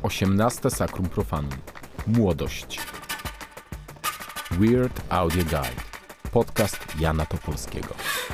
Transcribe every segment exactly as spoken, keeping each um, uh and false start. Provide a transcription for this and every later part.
osiemnaste Sacrum Profanum. Młodość. Weird Audio Guide. Podcast Jana Topolskiego.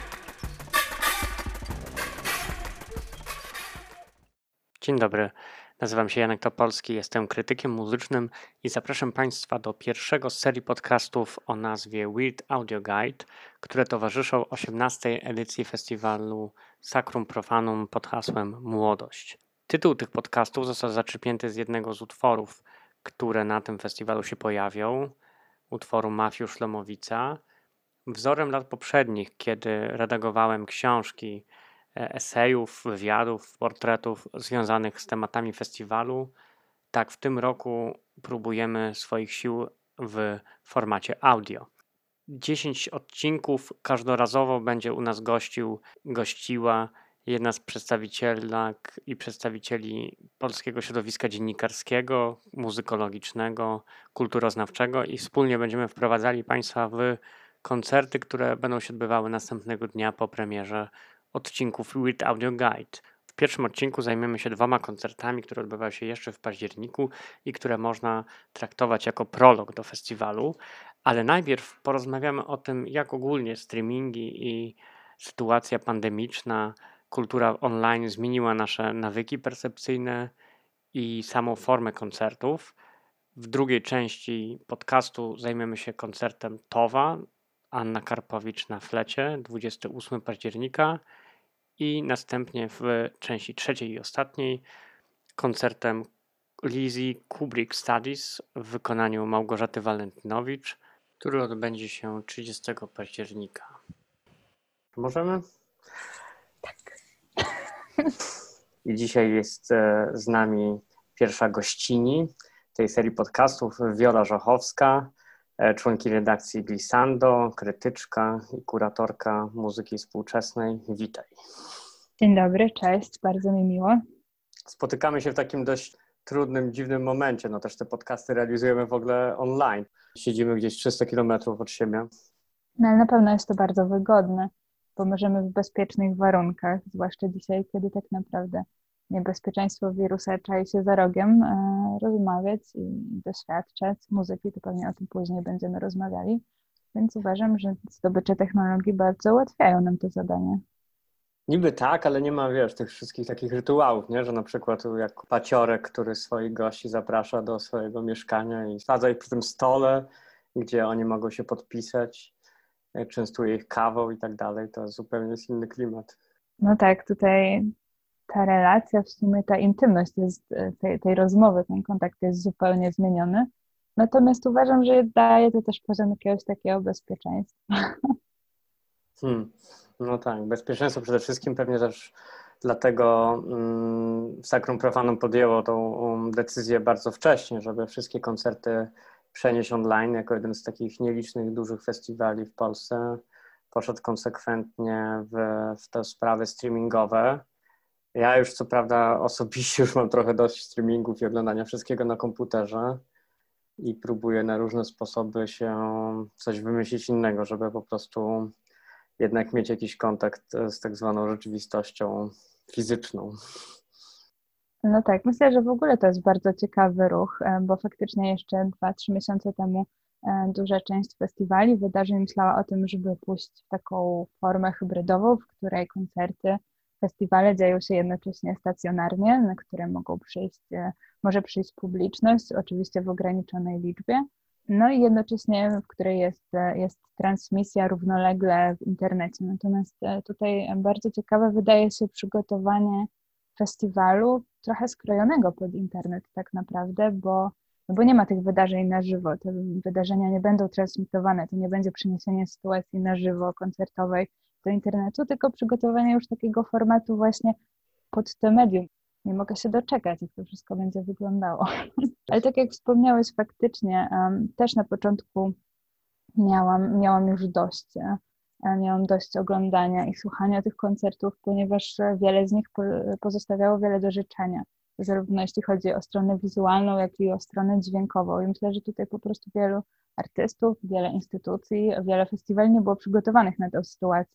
Dzień dobry, nazywam się Janek Topolski, jestem krytykiem muzycznym i zapraszam Państwa do pierwszego z serii podcastów o nazwie Weird Audio Guide, które towarzyszą osiemnastej edycji festiwalu Sacrum Profanum pod hasłem Młodość. Tytuł tych podcastów został zaczerpnięty z jednego z utworów, które na tym festiwalu się pojawią, utworu Mafii Szlomowica. Wzorem lat poprzednich, kiedy redagowałem książki, esejów, wywiadów, portretów związanych z tematami festiwalu, tak w tym roku próbujemy swoich sił w formacie audio. dziesięć odcinków każdorazowo będzie u nas gościł, gościła jedna z przedstawicielek i przedstawicieli polskiego środowiska dziennikarskiego, muzykologicznego, kulturoznawczego i wspólnie będziemy wprowadzali Państwa w koncerty, które będą się odbywały następnego dnia po premierze odcinków Weird Audio Guide. W pierwszym odcinku zajmiemy się dwoma koncertami, które odbywają się jeszcze w październiku i które można traktować jako prolog do festiwalu, ale najpierw porozmawiamy o tym, jak ogólnie streamingi i sytuacja pandemiczna, kultura online zmieniła nasze nawyki percepcyjne i samą formę koncertów. W drugiej części podcastu zajmiemy się koncertem Towa, Anna Karpowicz na flecie, dwudziestego ósmego października i następnie w części trzeciej i ostatniej koncertem Lizzy Kubrick Studies w wykonaniu Małgorzaty Walentynowicz, który odbędzie się trzydziestego października. Możemy? Tak. I dzisiaj jest z nami pierwsza gościni tej serii podcastów, Wiola Żochowska, członki redakcji Glissando, krytyczka i kuratorka muzyki współczesnej. Witaj. Dzień dobry, cześć, bardzo mi miło. Spotykamy się w takim dość trudnym, dziwnym momencie. No też te podcasty realizujemy w ogóle online. Siedzimy gdzieś trzysta kilometrów od siebie. No ale na pewno jest to bardzo wygodne, bo możemy w bezpiecznych warunkach, zwłaszcza dzisiaj, kiedy tak naprawdę niebezpieczeństwo wirusa czai się za rogiem, e, rozmawiać i doświadczać muzyki, to pewnie o tym później będziemy rozmawiali, więc uważam, że zdobycze technologii bardzo ułatwiają nam to zadanie. Niby tak, ale nie ma, wiesz, tych wszystkich takich rytuałów, nie? Że na przykład jak paciorek, który swoich gości zaprasza do swojego mieszkania i sadza ich przy tym stole, gdzie oni mogą się podpisać, częstuje ich kawą i tak dalej, to zupełnie jest inny klimat. No tak, tutaj ta relacja, w sumie ta intymność jest, tej, tej rozmowy, ten kontakt jest zupełnie zmieniony. Natomiast uważam, że daje to też poziom jakiegoś takiego bezpieczeństwa. Hmm. No tak, bezpieczeństwo przede wszystkim pewnie też dlatego um, Sacrum Profanum podjęło tą um, decyzję bardzo wcześnie, żeby wszystkie koncerty przenieść online jako jeden z takich nielicznych, dużych festiwali w Polsce. Poszedł konsekwentnie w, w te sprawy streamingowe. Ja już co prawda osobiście już mam trochę dość streamingów i oglądania wszystkiego na komputerze i próbuję na różne sposoby się coś wymyślić innego, żeby po prostu jednak mieć jakiś kontakt z tak zwaną rzeczywistością fizyczną. No tak, myślę, że w ogóle to jest bardzo ciekawy ruch, bo faktycznie jeszcze dwa trzy miesiące temu duża część festiwali, wydarzeń myślała o tym, żeby pójść w taką formę hybrydową, w której koncerty, festiwale dzieją się jednocześnie stacjonarnie, na które mogą przyjść, może przyjść publiczność, oczywiście w ograniczonej liczbie, no i jednocześnie w której jest, jest transmisja równolegle w internecie. Natomiast tutaj bardzo ciekawe wydaje się przygotowanie festiwalu, trochę skrojonego pod internet tak naprawdę, bo, no bo nie ma tych wydarzeń na żywo. Te wydarzenia nie będą transmitowane, to nie będzie przeniesienie sytuacji na żywo, koncertowej do internetu, tylko przygotowanie już takiego formatu właśnie pod to medium. Nie mogę się doczekać, jak to wszystko będzie wyglądało. Ale tak jak wspomniałeś, faktycznie um, też na początku miałam, miałam już dość. Um, miałam dość oglądania i słuchania tych koncertów, ponieważ wiele z nich po, pozostawiało wiele do życzenia. Zarówno jeśli chodzi o stronę wizualną, jak i o stronę dźwiękową. I myślę, że tutaj po prostu wielu artystów, wiele instytucji, wiele festiwali nie było przygotowanych na tę sytuację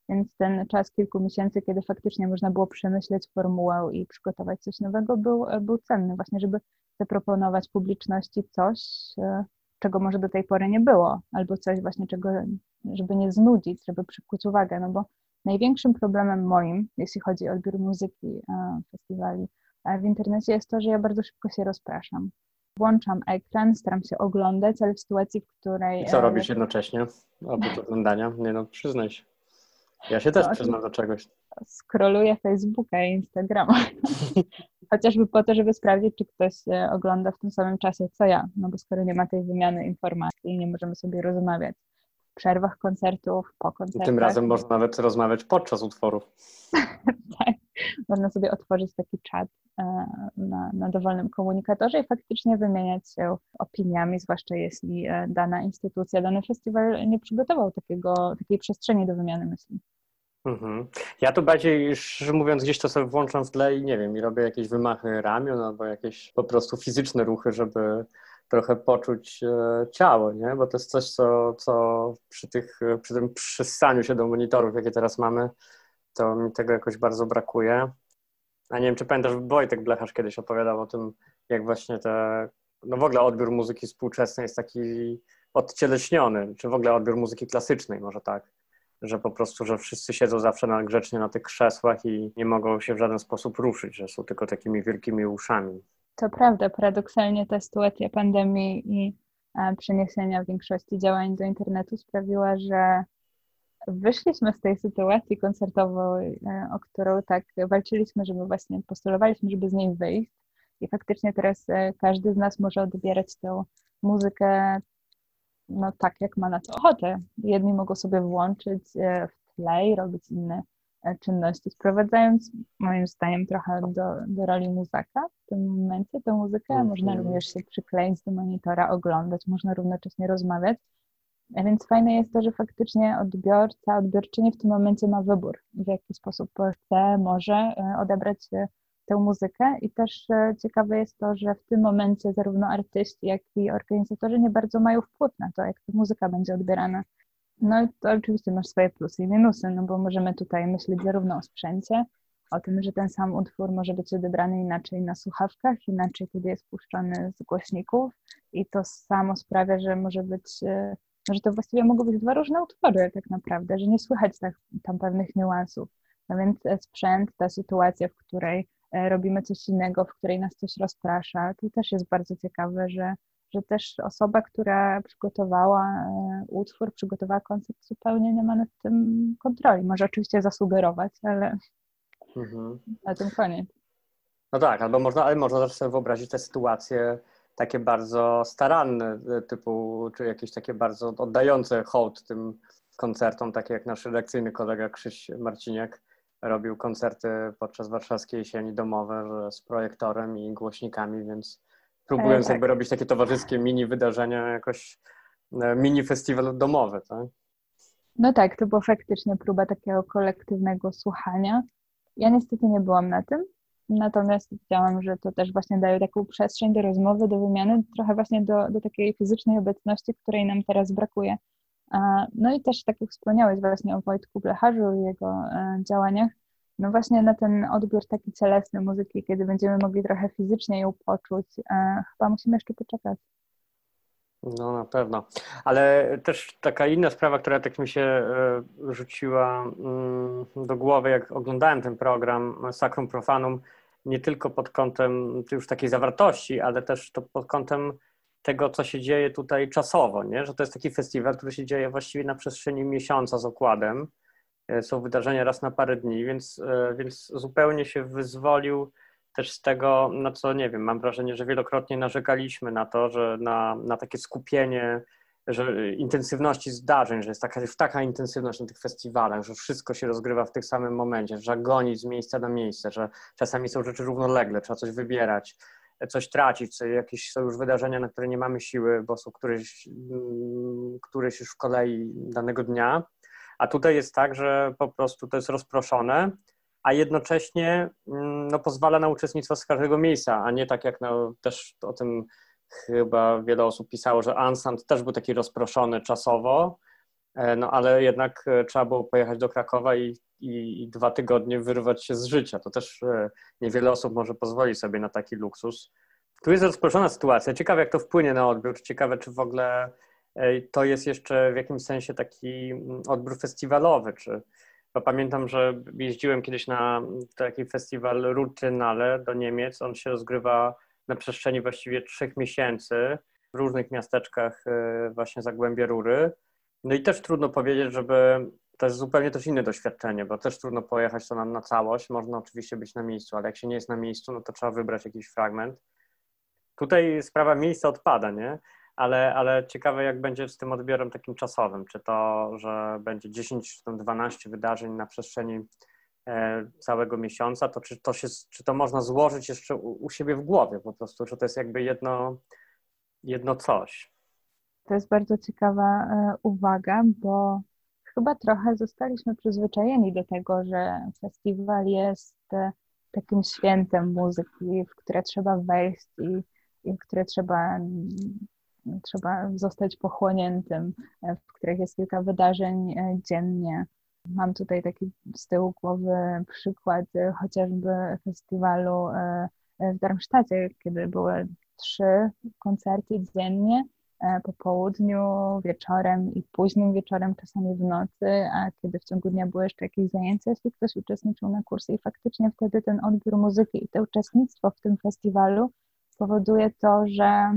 Więc ten czas kilku miesięcy, kiedy faktycznie można było przemyśleć formułę i przygotować coś nowego, był, był cenny właśnie, żeby zaproponować publiczności coś, czego może do tej pory nie było, albo coś właśnie, czego, żeby nie znudzić, żeby przykuć uwagę, no bo największym problemem moim, jeśli chodzi o odbiór muzyki festiwali w internecie, jest to, że ja bardzo szybko się rozpraszam. Włączam ekran, staram się oglądać, ale w sytuacji, w której... I co robisz jednocześnie oprócz oglądania? Nie no, przyznaj się. Ja się też No, przyznam do czegoś. Scrolluję Facebooka i Instagrama. Chociażby po to, żeby sprawdzić, czy ktoś ogląda w tym samym czasie, co ja. No bo skoro nie ma tej wymiany informacji, nie możemy sobie rozmawiać w przerwach koncertów, po koncertach. Tym razem można nawet rozmawiać podczas utworów. Tak, można sobie otworzyć taki czat na, na dowolnym komunikatorze i faktycznie wymieniać się opiniami, zwłaszcza jeśli dana instytucja, dany festiwal nie przygotował takiego, takiej przestrzeni do wymiany myśli. Mhm. Ja tu bardziej, szczerze mówiąc, gdzieś to sobie włączam w tle i nie wiem, i robię jakieś wymachy ramion albo jakieś po prostu fizyczne ruchy, żeby trochę poczuć e, ciało, nie? Bo to jest coś, co, co przy, tych, przy tym przystaniu się do monitorów, jakie teraz mamy, to mi tego jakoś bardzo brakuje. A nie wiem, czy pamiętasz, Wojtek Blecharz kiedyś opowiadał o tym, jak właśnie te, no w ogóle odbiór muzyki współczesnej jest taki odcieleśniony, czy w ogóle odbiór muzyki klasycznej, może tak, że po prostu, że wszyscy siedzą zawsze na, grzecznie na tych krzesłach i nie mogą się w żaden sposób ruszyć, że są tylko takimi wielkimi uszami. To prawda, paradoksalnie ta sytuacja pandemii i e, przeniesienia większości działań do internetu sprawiła, że wyszliśmy z tej sytuacji koncertowej, e, o którą tak walczyliśmy, żeby właśnie postulowaliśmy, żeby z niej wyjść i faktycznie teraz e, każdy z nas może odbierać tę muzykę no tak, jak ma na to ochotę. Jedni mogą sobie włączyć e, w tle i robić inne czynności, sprowadzając moim zdaniem trochę do, do roli muzaka w tym momencie tę muzykę. Mm-hmm. Można również się przykleić do monitora, oglądać, można równocześnie rozmawiać. A więc fajne jest to, że faktycznie odbiorca, odbiorczyni w tym momencie ma wybór, w jaki sposób chce, może odebrać tę muzykę i też ciekawe jest to, że w tym momencie zarówno artyści, jak i organizatorzy nie bardzo mają wpływ na to, jak ta muzyka będzie odbierana. No i to oczywiście masz swoje plusy i minusy, no bo możemy tutaj myśleć zarówno o sprzęcie, o tym, że ten sam utwór może być odebrany inaczej na słuchawkach, inaczej kiedy jest puszczony z głośników i to samo sprawia, że może być, że to właściwie mogą być dwa różne utwory tak naprawdę, że nie słychać tak, tam pewnych niuansów. No więc sprzęt, ta sytuacja, w której robimy coś innego, w której nas coś rozprasza, to też jest bardzo ciekawe, że że też osoba, która przygotowała utwór, przygotowała koncept, zupełnie nie ma nad tym kontroli. Może oczywiście zasugerować, ale mhm. na tym koniec. No tak, albo można, ale można też sobie wyobrazić te sytuacje takie bardzo staranne, typu, czy jakieś takie bardzo oddające hołd tym koncertom, takie jak nasz redakcyjny kolega Krzyś Marciniak robił koncerty podczas warszawskiej jesieni domowe z projektorem i głośnikami, więc próbując tak. jakby robić takie towarzyskie mini wydarzenia, jakoś mini festiwal domowy, tak? No tak, to była faktycznie próba takiego kolektywnego słuchania. Ja niestety nie byłam na tym, natomiast widziałam, że to też właśnie daje taką przestrzeń do rozmowy, do wymiany, trochę właśnie do, do takiej fizycznej obecności, której nam teraz brakuje. No i też tak jak wspomniałeś właśnie o Wojtku Blecharzu i jego działaniach, no właśnie na ten odbiór taki cielesny muzyki, kiedy będziemy mogli trochę fizycznie ją poczuć, e, chyba musimy jeszcze poczekać. No na pewno, ale też taka inna sprawa, która tak mi się e, rzuciła mm, do głowy, jak oglądałem ten program Sacrum Profanum, nie tylko pod kątem już takiej zawartości, ale też to pod kątem tego, co się dzieje tutaj czasowo, nie? Że to jest taki festiwal, który się dzieje właściwie na przestrzeni miesiąca z okładem. Są wydarzenia raz na parę dni, więc, więc zupełnie się wyzwolił też z tego, na co nie wiem, mam wrażenie, że wielokrotnie narzekaliśmy na to, że na, na takie skupienie, że intensywności zdarzeń, że jest taka, już taka intensywność na tych festiwalach, że wszystko się rozgrywa w tym samym momencie, że trzeba gonić z miejsca na miejsce, że czasami są rzeczy równolegle, trzeba coś wybierać, coś tracić, co jakieś są już wydarzenia, na które nie mamy siły, bo są któreś, któreś już w kolei danego dnia. A tutaj jest tak, że po prostu to jest rozproszone, a jednocześnie no, pozwala na uczestnictwo z każdego miejsca, a nie tak jak no, też o tym chyba wiele osób pisało, że Ansant też był taki rozproszony czasowo, no ale jednak trzeba było pojechać do Krakowa i, i, i dwa tygodnie wyrwać się z życia. To też niewiele osób może pozwolić sobie na taki luksus. Tu jest rozproszona sytuacja. Ciekawe, jak to wpłynie na odbiór. Ciekawe, czy w ogóle to jest jeszcze w jakimś sensie taki odbiór festiwalowy. Czy, bo pamiętam, że jeździłem kiedyś na taki festiwal Rurtynale do Niemiec. On się rozgrywa na przestrzeni właściwie trzech miesięcy w różnych miasteczkach właśnie Zagłębia Rury. No i też trudno powiedzieć, żeby to jest zupełnie też inne doświadczenie, bo też trudno pojechać to na, na całość. Można oczywiście być na miejscu, ale jak się nie jest na miejscu, no to trzeba wybrać jakiś fragment. Tutaj sprawa miejsca odpada, nie? Ale, ale ciekawe, jak będzie z tym odbiorem takim czasowym. Czy to, że będzie dziesięć czy dwanaście wydarzeń na przestrzeni e, całego miesiąca, to czy to, się, czy to można złożyć jeszcze u, u siebie w głowie po prostu, czy to jest jakby jedno, jedno coś. To jest bardzo ciekawa e, uwaga, bo chyba trochę zostaliśmy przyzwyczajeni do tego, że festiwal jest e, takim świętem muzyki, w które trzeba wejść i, i w które trzeba, trzeba zostać pochłoniętym, e, w których jest kilka wydarzeń e, dziennie. Mam tutaj taki z tyłu głowy przykład e, chociażby festiwalu e, w Darmstadcie, kiedy były trzy koncerty dziennie, po południu, wieczorem i późnym wieczorem, czasami w nocy, a kiedy w ciągu dnia były jeszcze jakieś zajęcia, jeśli ktoś uczestniczył na kursie i faktycznie wtedy ten odbiór muzyki i to uczestnictwo w tym festiwalu powoduje to, że,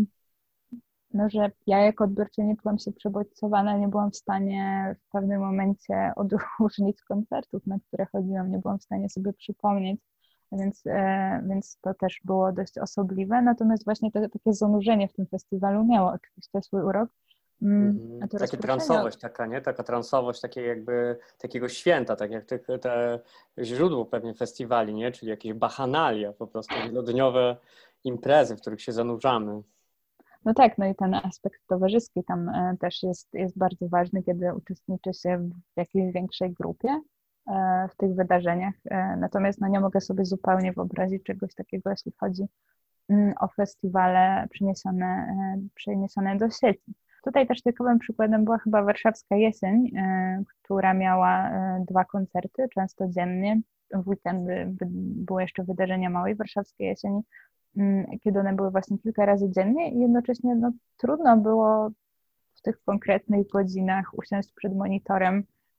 no, że ja jako odbiorczyni czułam się przebodźcowana, nie byłam w stanie w pewnym momencie odróżnić koncertów, na które chodziłam, nie byłam w stanie sobie przypomnieć. Więc, e, więc to też było dość osobliwe, natomiast właśnie to takie zanurzenie w tym festiwalu miało oczywiście swój urok. Mm, a to Takie transowość taka, nie? Taka transowość takiej jakby takiego święta, tak jak te, te źródło pewnie festiwali, nie? Czyli jakieś bachanalia, po prostu wielodniowe imprezy, w których się zanurzamy. No tak, no i ten aspekt towarzyski tam e, też jest, jest bardzo ważny, kiedy uczestniczy się w jakiejś większej grupie w tych wydarzeniach. Natomiast no, nie mogę sobie zupełnie wyobrazić czegoś takiego, jeśli chodzi o festiwale przeniesione, przeniesione do sieci. Tutaj też ciekawym przykładem była chyba Warszawska Jesień, która miała dwa koncerty, często dziennie. W weekendy były jeszcze wydarzenia małej Warszawskiej Jesieni, kiedy one były właśnie kilka razy dziennie i jednocześnie no, trudno było w tych konkretnych godzinach usiąść przed monitorem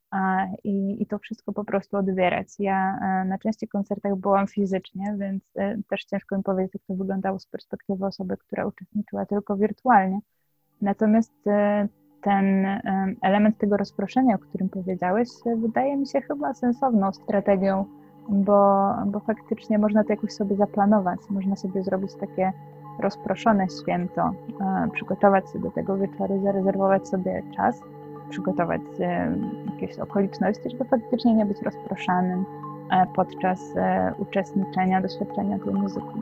I, i to wszystko po prostu odbierać. Ja na części koncertach byłam fizycznie, więc też ciężko mi powiedzieć, jak to wyglądało z perspektywy osoby, która uczestniczyła tylko wirtualnie. Natomiast ten element tego rozproszenia, o którym powiedziałeś, wydaje mi się chyba sensowną strategią, bo, bo faktycznie można to jakoś sobie zaplanować, można sobie zrobić takie rozproszone święto, przygotować się do tego wieczoru, zarezerwować sobie czas, przygotować jakieś okoliczności, żeby faktycznie nie być rozproszanym podczas uczestniczenia, doświadczenia tej muzyki.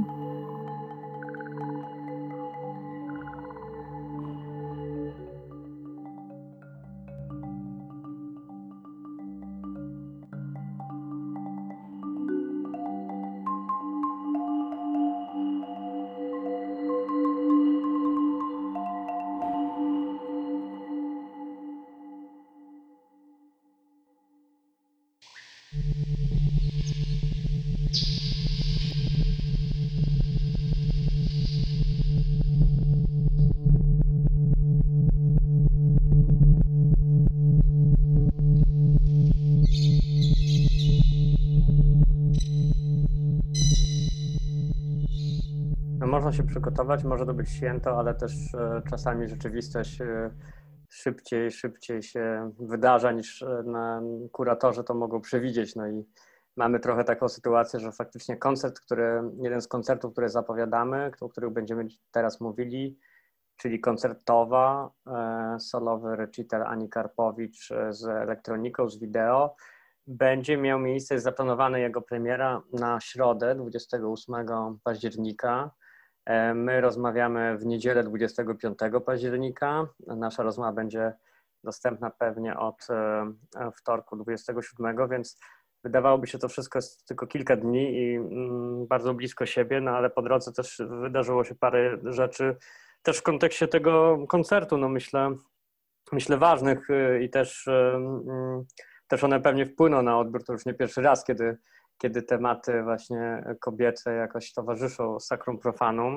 Można się przygotować, może to być święto, ale też czasami rzeczywistość szybciej, szybciej się wydarza niż na kuratorzy to mogą przewidzieć. No i mamy trochę taką sytuację, że faktycznie koncert, który, jeden z koncertów, które zapowiadamy, o których będziemy teraz mówili, czyli koncertowa, solowy recital Ani Karpowicz z elektroniką, z wideo, będzie miał miejsce, jest zaplanowana jego premiera na środę, dwudziestego ósmego października. My rozmawiamy w niedzielę dwudziestego piątego października. Nasza rozmowa będzie dostępna pewnie od wtorku dwudziestego siódmego, więc wydawałoby się to wszystko jest tylko kilka dni i bardzo blisko siebie, no ale po drodze też wydarzyło się parę rzeczy, też w kontekście tego koncertu, no myślę, myślę, ważnych i też, też one pewnie wpłyną na odbiór. To już nie pierwszy raz, kiedy, kiedy tematy właśnie kobiece jakoś towarzyszą Sacrum Profanum.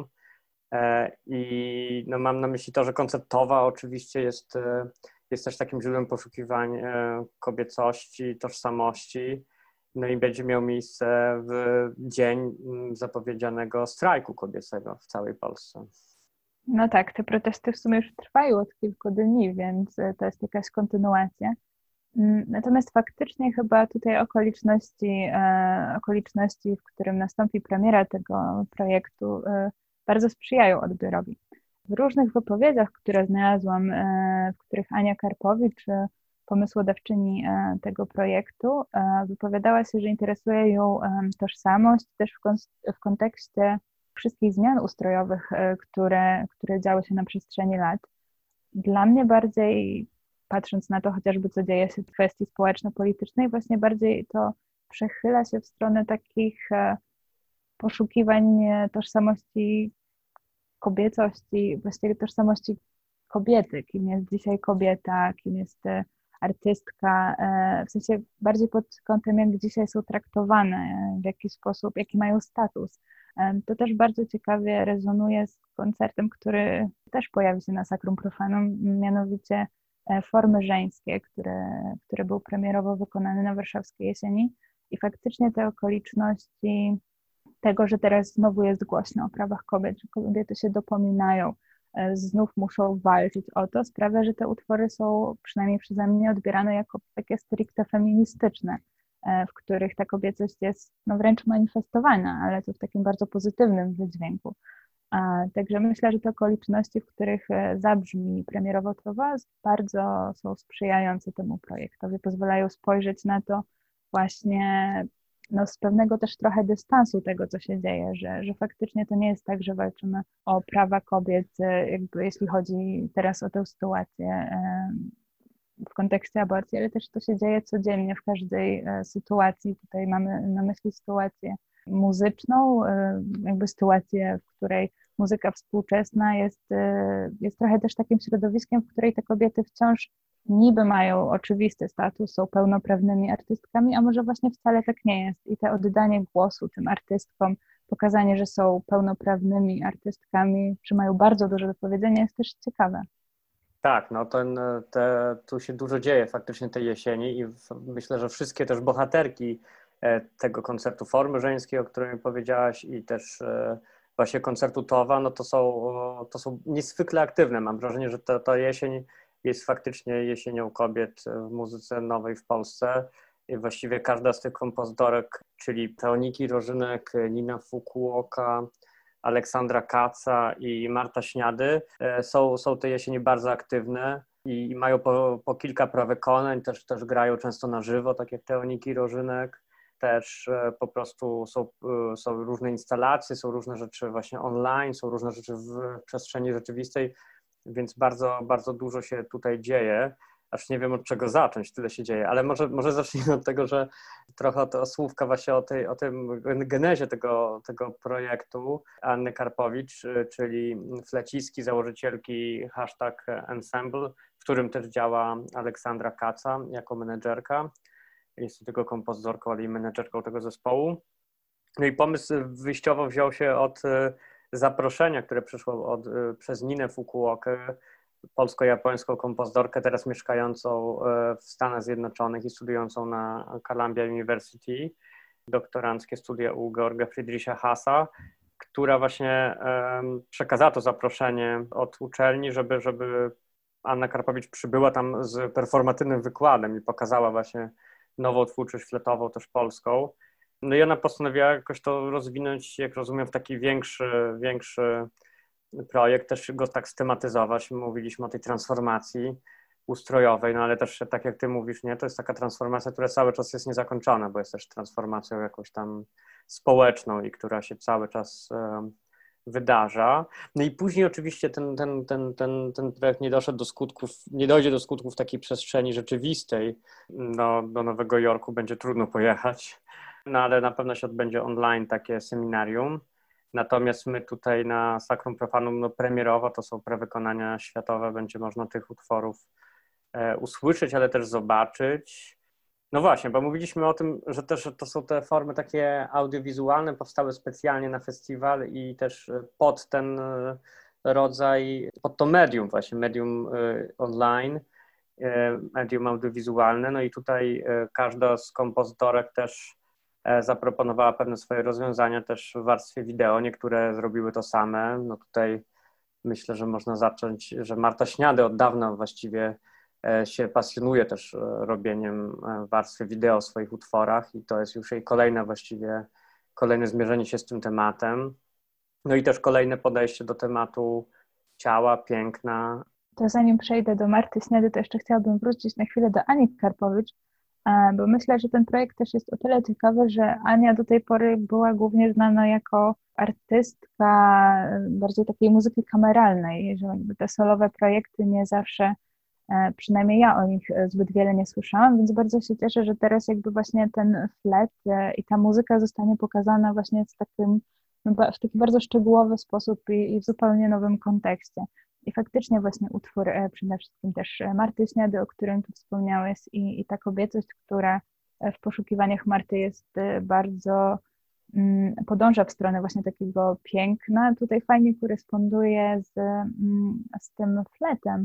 I no mam na myśli to, że koncept Towa oczywiście jest, jest też takim źródłem poszukiwań kobiecości, tożsamości. No i będzie miał miejsce w dzień zapowiedzianego strajku kobiecego w całej Polsce. No tak, te protesty w sumie już trwają od kilku dni, więc to jest jakaś kontynuacja. Natomiast faktycznie chyba tutaj okoliczności, okoliczności, w którym nastąpi premiera tego projektu, bardzo sprzyjają odbiorowi. W różnych wypowiedziach, które znalazłam, w których Ania Karpowicz, pomysłodawczyni tego projektu, wypowiadała się, że interesuje ją tożsamość też w, kon- w kontekście wszystkich zmian ustrojowych, które, które działy się na przestrzeni lat. Dla mnie bardziej, patrząc na to chociażby, co dzieje się w kwestii społeczno-politycznej, właśnie bardziej to przechyla się w stronę takich poszukiwań tożsamości kobiecości, właściwie tożsamości kobiety, kim jest dzisiaj kobieta, kim jest artystka, w sensie bardziej pod kątem, jak dzisiaj są traktowane, w jaki sposób, jaki mają status. To też bardzo ciekawie rezonuje z koncertem, który też pojawi się na Sacrum Profanum, mianowicie Formy żeńskie, które, który był premierowo wykonany na warszawskiej jesieni. I faktycznie te okoliczności tego, że teraz znowu jest głośno o prawach kobiet, że kobiety się dopominają, znów muszą walczyć o to, sprawia, że te utwory są przynajmniej przeze mnie odbierane jako takie stricte feministyczne, w których ta kobiecość jest no wręcz manifestowana, ale to w takim bardzo pozytywnym wydźwięku. A, także myślę, że te okoliczności, w których zabrzmi premierowo Towa, bardzo są sprzyjające temu projektowi, pozwalają spojrzeć na to właśnie no, z pewnego też trochę dystansu tego, co się dzieje, że, że faktycznie to nie jest tak, że walczymy o prawa kobiet, jakby jeśli chodzi teraz o tę sytuację w kontekście aborcji, ale też to się dzieje codziennie w każdej sytuacji. Tutaj mamy na myśli sytuację muzyczną, jakby sytuację, w której muzyka współczesna jest, jest trochę też takim środowiskiem, w której te kobiety wciąż niby mają oczywisty status, są pełnoprawnymi artystkami, a może właśnie wcale tak nie jest. I te oddanie głosu tym artystkom, pokazanie, że są pełnoprawnymi artystkami, że mają bardzo dużo do powiedzenia, jest też ciekawe. Tak, no ten, te, tu się dużo dzieje faktycznie tej jesieni i w, myślę, że wszystkie też bohaterki tego koncertu Formy żeńskiej, o którym powiedziałaś, i też właśnie koncertu Towa, no to są, to są niezwykle aktywne. Mam wrażenie, że ta, ta jesień jest faktycznie jesienią kobiet w muzyce nowej w Polsce. I właściwie każda z tych kompozytorek, czyli Teoniki Rożynek, Nina Fukuoka, Aleksandra Kaca i Marta Śniady, są, są tej jesieni bardzo aktywne i mają po, po kilka prawykonań, też, też grają często na żywo, tak jak Teoniki Rożynek. Też po prostu są, są różne instalacje, są różne rzeczy właśnie online, są różne rzeczy w przestrzeni rzeczywistej, więc bardzo, bardzo dużo się tutaj dzieje. Aż nie wiem, od czego zacząć, tyle się dzieje, ale może, może zacznijmy od tego, że trochę to słówka właśnie o, tej, o tym genezie tego, tego projektu Anny Karpowicz, czyli fleciski, założycielki hashtag Ensemble, w którym też działa Aleksandra Kaca jako menedżerka. Jest tylko kompozytorką, ale i menedżerką tego zespołu. No i pomysł wyjściowo wziął się od zaproszenia, które przyszło od, przez Ninę Fukuokę, polsko-japońską kompozytorkę, teraz mieszkającą w Stanach Zjednoczonych i studiującą na Columbia University, doktoranckie studia u Georga Friedricha Hasa, która właśnie przekazała to zaproszenie od uczelni, żeby, żeby Anna Karpowicz przybyła tam z performatywnym wykładem i pokazała właśnie nową twórczość fletową, też polską. No i ona postanowiła jakoś to rozwinąć, jak rozumiem, w taki większy, większy projekt, też go tak stematyzować. Mówiliśmy o tej transformacji ustrojowej, no ale też tak jak ty mówisz, nie, to jest taka transformacja, która cały czas jest niezakończona, bo jest też transformacją jakąś tam społeczną i która się cały czas um, wydarza. No i później oczywiście ten, ten, ten, ten, ten projekt nie doszedł do skutków, nie dojdzie do skutków w takiej przestrzeni rzeczywistej. No, do Nowego Jorku będzie trudno pojechać, no ale na pewno się odbędzie online takie seminarium. Natomiast my tutaj na Sacrum Profanum no premierowo, to są prewykonania światowe, będzie można tych utworów usłyszeć, ale też zobaczyć. No właśnie, bo mówiliśmy o tym, że też to są te formy takie audiowizualne, powstały specjalnie na festiwal i też pod ten rodzaj, pod to medium właśnie, medium online, medium audiowizualne. No i tutaj każda z kompozytorek też zaproponowała pewne swoje rozwiązania też w warstwie wideo. Niektóre zrobiły to same. No tutaj myślę, że można zacząć, że Marta Śniady od dawna właściwie się pasjonuje też robieniem warstwy wideo w swoich utworach i to jest już jej kolejne właściwie, kolejne zmierzenie się z tym tematem. No i też kolejne podejście do tematu ciała, piękna. To zanim przejdę do Marty Śniady, to jeszcze chciałabym wrócić na chwilę do Ani Karpowicz, bo myślę, że ten projekt też jest o tyle ciekawy, że Ania do tej pory była głównie znana jako artystka bardziej takiej muzyki kameralnej, że te solowe projekty nie zawsze, przynajmniej ja o nich zbyt wiele nie słyszałam, więc bardzo się cieszę, że teraz jakby właśnie ten flet i ta muzyka zostanie pokazana właśnie w takim, w taki bardzo szczegółowy sposób i, i w zupełnie nowym kontekście. I faktycznie właśnie utwór przede wszystkim też Marty Śniady, o którym tu wspomniałeś i, i ta kobiecość, która w poszukiwaniach Marty jest bardzo, mm, podąża w stronę właśnie takiego piękna, tutaj fajnie koresponduje z, mm, z tym fletem,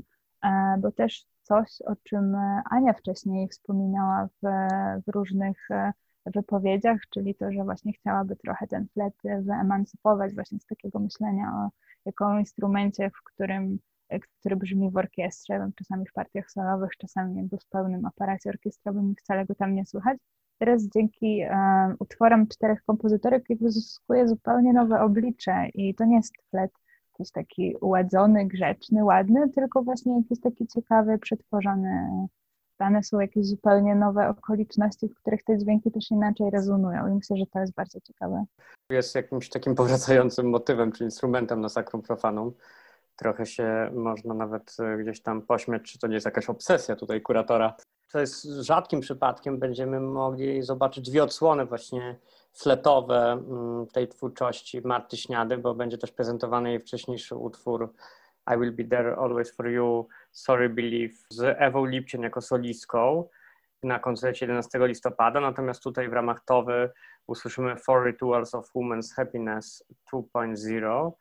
bo też coś, o czym Ania wcześniej wspominała w, w różnych wypowiedziach, czyli to, że właśnie chciałaby trochę ten flet wyemancypować właśnie z takiego myślenia o jako instrumencie, w którym, który brzmi w orkiestrze, czasami w partiach solowych, czasami jakby w pełnym aparacie orkiestrowym i wcale go tam nie słychać. Teraz dzięki e, utworom czterech kompozytorek jakby zyskuje zupełnie nowe oblicze i to nie jest flet jakiś taki uładzony, grzeczny, ładny, tylko właśnie jakiś taki ciekawy, przetworzony. Dane są jakieś zupełnie nowe okoliczności, w których te dźwięki też inaczej rezonują i myślę, że to jest bardzo ciekawe. Jest jakimś takim powracającym motywem, czy instrumentem na Sacrum Profanum. Trochę się można nawet gdzieś tam pośmiać, czy to nie jest jakaś obsesja tutaj kuratora. To jest rzadkim przypadkiem, będziemy mogli zobaczyć dwie odsłony właśnie fletowe tej twórczości Marty Śniady, bo będzie też prezentowany jej wcześniejszy utwór I Will Be There Always For You, Sorry Believe z Ewą Lipcien jako solistką na koncercie jedenastego listopada, natomiast tutaj w ramach Towy usłyszymy Four Rituals of Women's Happiness dwa zero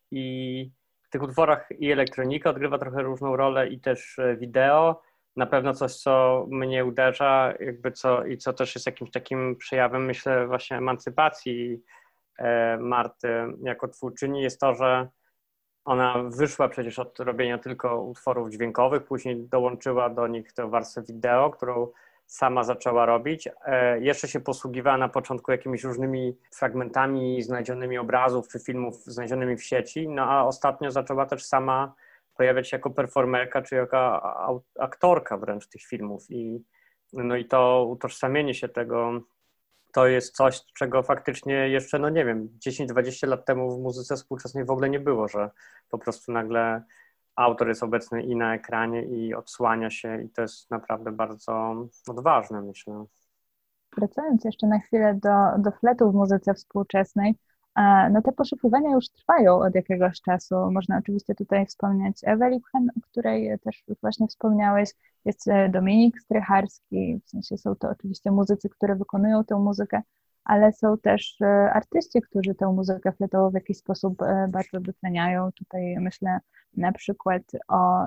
i w tych utworach i elektronika odgrywa trochę różną rolę i też wideo. Na pewno coś, co mnie uderza jakby co, i co też jest jakimś takim przejawem, myślę, właśnie emancypacji e, Marty jako twórczyni, jest to, że ona wyszła przecież od robienia tylko utworów dźwiękowych, później dołączyła do nich tę warstwę wideo, którą sama zaczęła robić. E, jeszcze się posługiwała na początku jakimiś różnymi fragmentami znalezionymi obrazów czy filmów znalezionymi w sieci, no a ostatnio zaczęła też sama pojawiać się jako performerka czy jako aktorka wręcz tych filmów. I, no i to utożsamienie się tego, to jest coś, czego faktycznie jeszcze, no nie wiem, dziesięć dwadzieścia lat temu w muzyce współczesnej w ogóle nie było, że po prostu nagle autor jest obecny i na ekranie i odsłania się i to jest naprawdę bardzo odważne, myślę. Wracając jeszcze na chwilę do, do fletu w muzyce współczesnej, no te poszukiwania już trwają od jakiegoś czasu. Można oczywiście tutaj wspomnieć Ewę Lipchen, o której też właśnie wspomniałeś. Jest Dominik Strycharski, w sensie są to oczywiście muzycy, które wykonują tę muzykę, ale są też artyści, którzy tę muzykę fletową w jakiś sposób bardzo doceniają. Tutaj myślę na przykład o,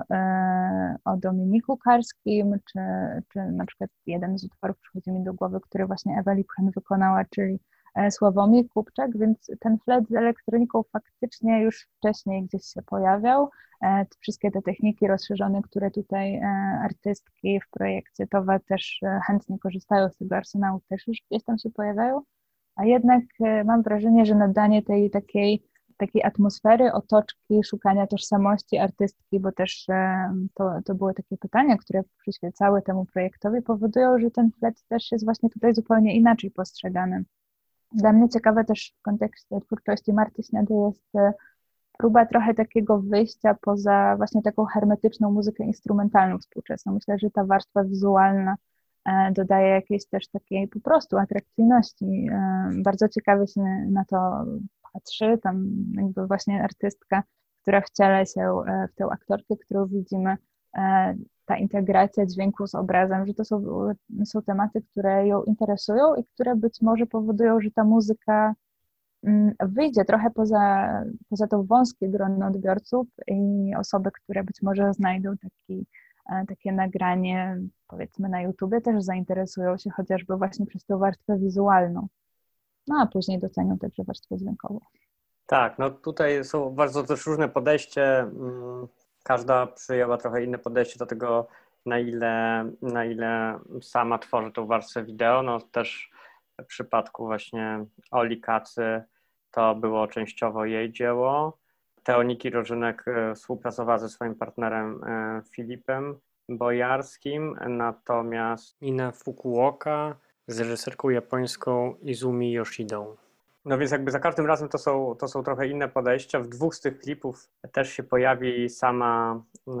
o Dominiku Karskim, czy, czy na przykład jeden z utworów przychodzi mi do głowy, który właśnie Ewa Lipchen wykonała, czyli Sławomir Kupczak, więc ten flet z elektroniką faktycznie już wcześniej gdzieś się pojawiał. Wszystkie te techniki rozszerzone, które tutaj artystki w projekcie Towa też chętnie korzystają z tego arsenału, też już gdzieś tam się pojawiają, a jednak mam wrażenie, że nadanie tej takiej, takiej atmosfery, otoczki, szukania tożsamości artystki, bo też to, to były takie pytania, które przyświecały temu projektowi, powodują, że ten flet też jest właśnie tutaj zupełnie inaczej postrzegany. Dla mnie ciekawe też w kontekście twórczości Marty Śniady jest próba trochę takiego wyjścia poza właśnie taką hermetyczną muzykę instrumentalną współczesną. Myślę, że ta warstwa wizualna dodaje jakiejś też takiej po prostu atrakcyjności. Bardzo ciekawie się na to patrzy, tam jakby właśnie artystka, która wciela się w tę aktorkę, którą widzimy, ta integracja dźwięku z obrazem, że to są, są tematy, które ją interesują i które być może powodują, że ta muzyka wyjdzie trochę poza, poza to wąskie grono odbiorców i osoby, które być może znajdą taki, takie nagranie, powiedzmy na YouTubie, też zainteresują się chociażby właśnie przez tą warstwę wizualną, no a później docenią także warstwę dźwiękową. Tak, no tutaj są bardzo też różne podejście. Każda przyjęła trochę inne podejście do tego, na ile, na ile sama tworzy tą warstwę wideo. No też w przypadku właśnie Oli Kacy to było częściowo jej dzieło. Teoniki Rożynek współpracowała ze swoim partnerem Filipem Bojarskim, natomiast Nina Fukuoka z reżyserką japońską Izumi Yoshidą. No więc jakby za każdym razem to są, to są trochę inne podejścia. W dwóch z tych klipów też się pojawi sama,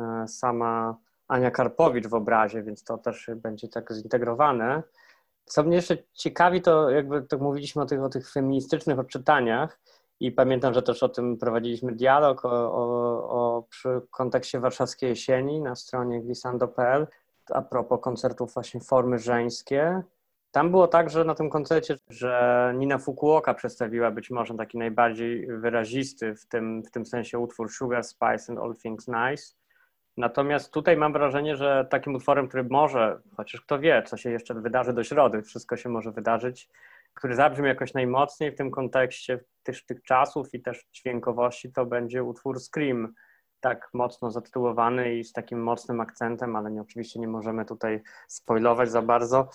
sama Ania Karpowicz w obrazie, więc to też będzie tak zintegrowane. Co mnie jeszcze ciekawi, to jakby tak mówiliśmy o tych, o tych feministycznych odczytaniach i pamiętam, że też o tym prowadziliśmy dialog o, o, o przy kontekście warszawskiej jesieni na stronie glissando kropka p l a propos koncertów właśnie formy żeńskie. Tam było tak, że na tym koncercie, że Nina Fukuoka przedstawiła być może taki najbardziej wyrazisty w tym, w tym sensie utwór Sugar, Spice and All Things Nice. Natomiast tutaj mam wrażenie, że takim utworem, który może, chociaż kto wie, co się jeszcze wydarzy do środy, wszystko się może wydarzyć, który zabrzmi jakoś najmocniej w tym kontekście tych, tych czasów i też dźwiękowości, to będzie utwór Scream, tak mocno zatytułowany i z takim mocnym akcentem, ale nie, oczywiście nie możemy tutaj spoilować za bardzo.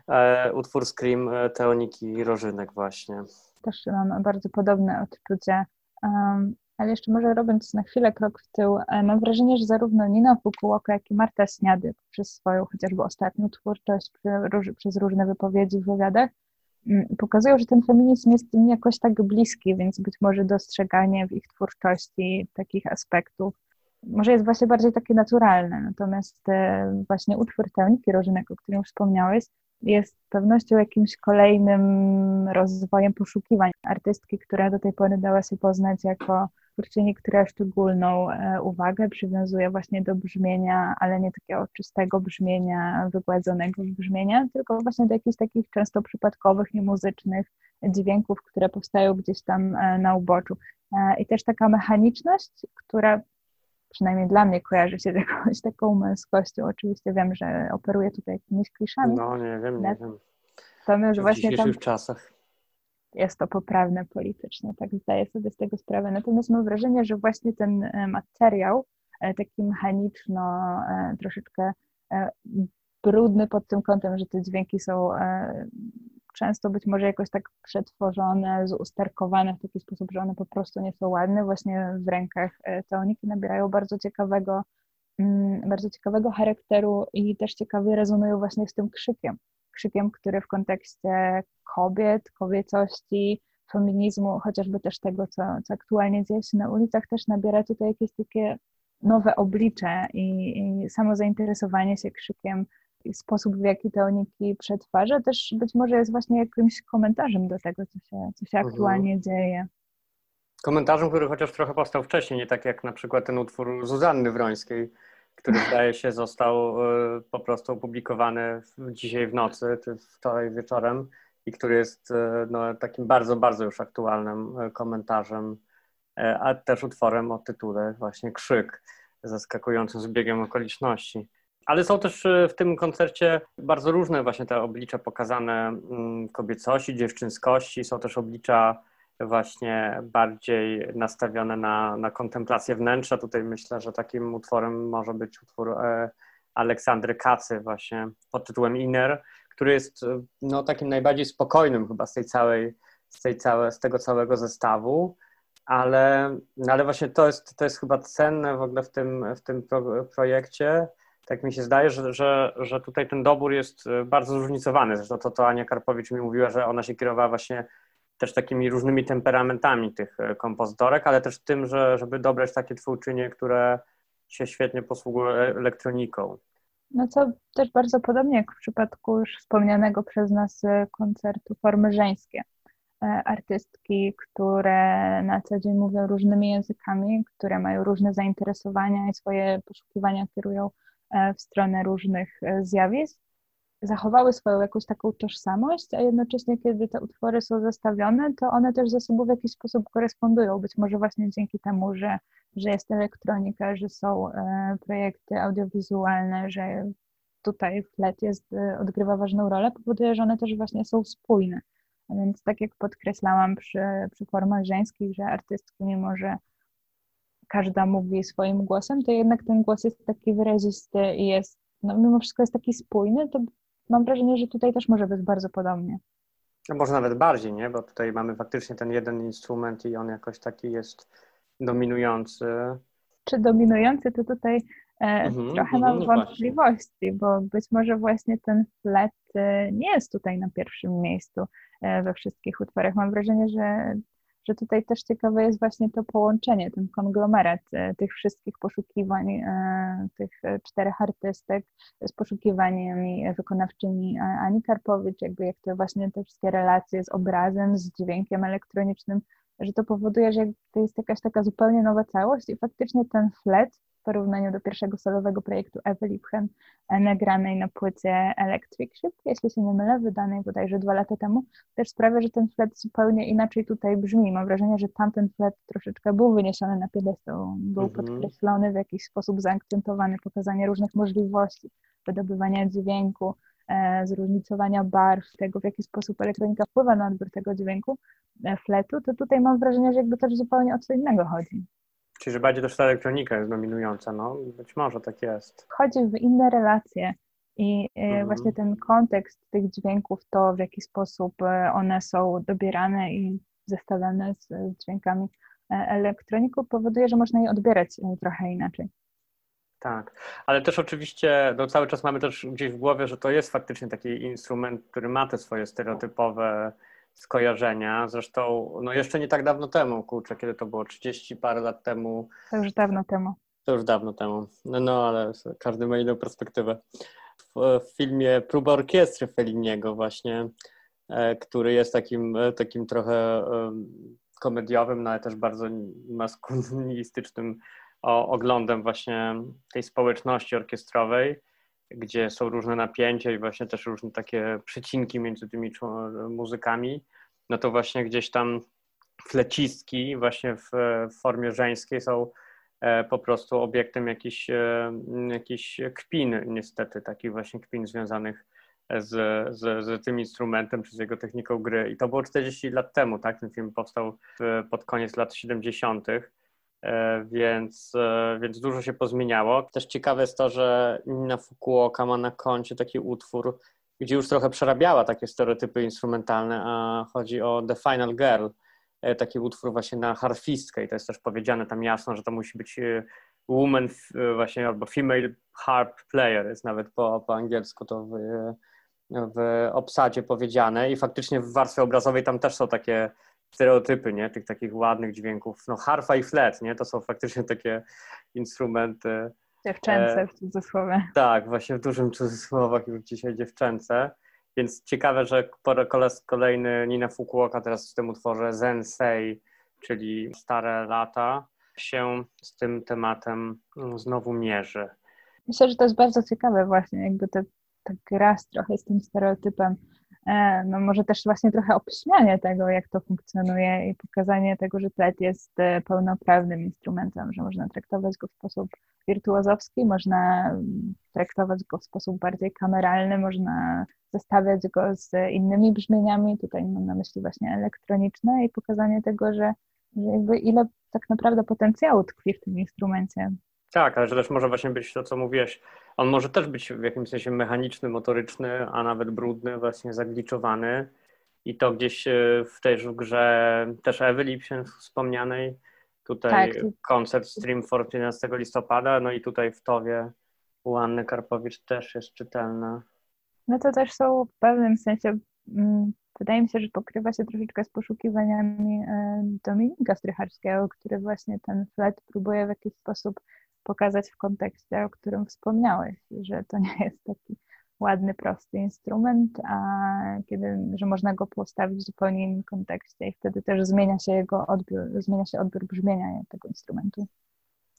E, utwór Scream Teoniki Rożynek właśnie. Też mam bardzo podobne odczucie, um, ale jeszcze może robiąc na chwilę krok w tył, mam wrażenie, że zarówno Nina Fukuoka, jak i Marta Śniady przez swoją chociażby ostatnią twórczość, przez różne wypowiedzi w wywiadach, pokazują, że ten feminizm jest im jakoś tak bliski, więc być może dostrzeganie w ich twórczości takich aspektów może jest właśnie bardziej takie naturalne. Natomiast właśnie utwór Teoniki Rożynek, o którym wspomniałeś, jest z pewnością jakimś kolejnym rozwojem poszukiwań artystki, która do tej pory dała się poznać jako twórczyni, która szczególną uwagę przywiązuje właśnie do brzmienia, ale nie takiego czystego brzmienia, wygładzonego brzmienia, tylko właśnie do jakichś takich często przypadkowych, niemuzycznych dźwięków, które powstają gdzieś tam na uboczu. I też taka mechaniczność, która przynajmniej dla mnie kojarzy się z jakąś taką męskością. Oczywiście wiem, że operuję tutaj jakimiś kliszami. No nie wiem, nie wiem. Natomiast w właśnie dzisiejszych tam czasach jest to poprawne politycznie, tak zdaję sobie z tego sprawę. Natomiast mam wrażenie, że właśnie ten materiał, taki mechaniczno, troszeczkę brudny pod tym kątem, że te dźwięki są często być może jakoś tak przetworzone, zusterkowane w taki sposób, że one po prostu nie są ładne. Właśnie w rękach Teoniki nabierają bardzo ciekawego, bardzo ciekawego charakteru i też ciekawie rezonują właśnie z tym krzykiem. Krzykiem, który w kontekście kobiet, kobiecości, feminizmu, chociażby też tego, co, co aktualnie dzieje się na ulicach, też nabiera tutaj jakieś takie nowe oblicze i, i samo zainteresowanie się krzykiem i sposób, w jaki Teoniki przetwarza, też być może jest właśnie jakimś komentarzem do tego, co się, co się aktualnie mhm. dzieje. Komentarzem, który chociaż trochę powstał wcześniej, nie tak jak na przykład ten utwór Zuzanny Wrońskiej, który zdaje się został po prostu opublikowany dzisiaj w nocy, czy wczoraj wieczorem i który jest no, takim bardzo, bardzo już aktualnym komentarzem, a też utworem o tytule właśnie Krzyk, zaskakującym zbiegiem okoliczności. Ale są też w tym koncercie bardzo różne właśnie te oblicza pokazane kobiecości, dziewczynskości, są też oblicza właśnie bardziej nastawione na, na kontemplację wnętrza. Tutaj myślę, że takim utworem może być utwór e, Aleksandry Kacy właśnie pod tytułem Inner, który jest no, takim najbardziej spokojnym chyba z tej całej, z, tej całe, z tego całego zestawu, ale, ale właśnie to jest, to jest chyba cenne w ogóle w tym, w tym pro, projekcie. Tak mi się zdaje, że, że, że tutaj ten dobór jest bardzo zróżnicowany. Zresztą to, to Ania Karpowicz mi mówiła, że ona się kierowała właśnie też takimi różnymi temperamentami tych kompozytorek, ale też tym, że, żeby dobrać takie twórczynie, które się świetnie posługują elektroniką. No co też bardzo podobnie jak w przypadku już wspomnianego przez nas koncertu Formy Żeńskie. Artystki, które na co dzień mówią różnymi językami, które mają różne zainteresowania i swoje poszukiwania kierują w stronę różnych zjawisk, zachowały swoją jakąś taką tożsamość, a jednocześnie, kiedy te utwory są zestawione, to one też ze sobą w jakiś sposób korespondują. Być może właśnie dzięki temu, że, że jest elektronika, że są projekty audiowizualne, że tutaj flet jest, odgrywa ważną rolę, powoduje, że one też właśnie są spójne. A więc tak jak podkreślałam przy, przy formach żeńskich, że artystki, mimo że każda mówi swoim głosem, to jednak ten głos jest taki wyrazisty i jest, no mimo wszystko jest taki spójny, to mam wrażenie, że tutaj też może być bardzo podobnie. No może nawet bardziej, nie? Bo tutaj mamy faktycznie ten jeden instrument i on jakoś taki jest dominujący. Czy dominujący, to tutaj e, Mm-hmm, trochę mm-hmm, mam no wątpliwości, bo być może właśnie ten flet e, nie jest tutaj na pierwszym miejscu e, we wszystkich utworach. Mam wrażenie, że, że tutaj też ciekawe jest właśnie to połączenie, ten konglomerat e, tych wszystkich poszukiwań, e, tych czterech artystek z poszukiwaniami wykonawczyni Ani Karpowicz, jakby jak to właśnie te wszystkie relacje z obrazem, z dźwiękiem elektronicznym, że to powoduje, że to jest jakaś taka zupełnie nowa całość i faktycznie ten flet w porównaniu do pierwszego solowego projektu Ewy Lipchen nagranej na płycie Electric Ship, jeśli się nie mylę, wydanej bodajże dwa lata temu, też sprawia, że ten flet zupełnie inaczej tutaj brzmi. Mam wrażenie, że tamten flet troszeczkę był wyniesiony na piedestał, był Mhm. podkreślony, w jakiś sposób zaakcentowany, pokazanie różnych możliwości wydobywania dźwięku, e, zróżnicowania barw, tego w jaki sposób elektronika wpływa na odbiór tego dźwięku, e, fletu, to tutaj mam wrażenie, że jakby też zupełnie o co innego chodzi. Czyli, że bardziej też ta elektronika jest dominująca, no być może tak jest. Wchodzi w inne relacje i e, Mhm. właśnie ten kontekst tych dźwięków, to w jaki sposób e, one są dobierane i zestawiane z, z dźwiękami e, elektroniką powoduje, że można je odbierać e, trochę inaczej. Tak, ale też oczywiście no, cały czas mamy też gdzieś w głowie, że to jest faktycznie taki instrument, który ma te swoje stereotypowe skojarzenia. Zresztą no jeszcze nie tak dawno temu, kurczę, kiedy to było trzydzieści parę lat temu. To już dawno temu. To już dawno temu, no, no ale każdy ma inną perspektywę. W, w filmie Próba orkiestry Felliniego właśnie, e, który jest takim, e, takim trochę e, komediowym, no ale też bardzo maskulinistycznym o, oglądem właśnie tej społeczności orkiestrowej, gdzie są różne napięcia i właśnie też różne takie przecinki między tymi muzykami, no to właśnie gdzieś tam flecistki właśnie w, w formie żeńskiej są e, po prostu obiektem jakichś e, jakiś kpin niestety, takich właśnie kpin związanych z, z, z tym instrumentem, czy z jego techniką gry. I to było czterdzieści lat temu, tak? Ten film powstał w, pod koniec lat siedemdziesiątych. Więc, więc dużo się pozmieniało. Też ciekawe jest to, że Nina Fukuoka ma na koncie taki utwór, gdzie już trochę przerabiała takie stereotypy instrumentalne, a chodzi o The Final Girl, taki utwór właśnie na harfistkę i to jest też powiedziane tam jasno, że to musi być woman właśnie albo female harp player, jest nawet po, po angielsku to w, w obsadzie powiedziane i faktycznie w warstwie obrazowej tam też są takie stereotypy, nie? Tych takich ładnych dźwięków. No harfa i flet, nie? To są faktycznie takie instrumenty. Dziewczęce e, w cudzysłowie. Tak, właśnie w dużym cudzysłowach już dzisiaj dziewczęce. Więc ciekawe, że po raz kolejny Nina Fukuoka teraz w tym utworze Zensei, czyli stare lata, się z tym tematem znowu mierzy. Myślę, że to jest bardzo ciekawe właśnie, jakby te, ta gra trochę z tym stereotypem. No może też właśnie trochę obśmianie tego, jak to funkcjonuje i pokazanie tego, że flet jest pełnoprawnym instrumentem, że można traktować go w sposób wirtuozowski, można traktować go w sposób bardziej kameralny, można zestawiać go z innymi brzmieniami, tutaj mam na myśli właśnie elektroniczne i pokazanie tego, że, że jakby ile tak naprawdę potencjału tkwi w tym instrumencie. Tak, ale że też może właśnie być to, co mówiłeś, on może też być w jakimś sensie mechaniczny, motoryczny, a nawet brudny, właśnie zagliczowany i to gdzieś w tej grze też Ewy Lipchen wspomnianej, tutaj tak. Koncert Stream czternastego listopada, no i tutaj w Towie u Anny Karpowicz też jest czytelna. No to też są w pewnym sensie, wydaje mi się, że pokrywa się troszeczkę z poszukiwaniami Dominika Strycharskiego, który właśnie ten flet próbuje w jakiś sposób pokazać w kontekście, o którym wspomniałeś, że to nie jest taki ładny, prosty instrument, a kiedy, że można go postawić w zupełnie innym kontekście i wtedy też zmienia się jego odbiór, zmienia się odbiór brzmienia tego instrumentu.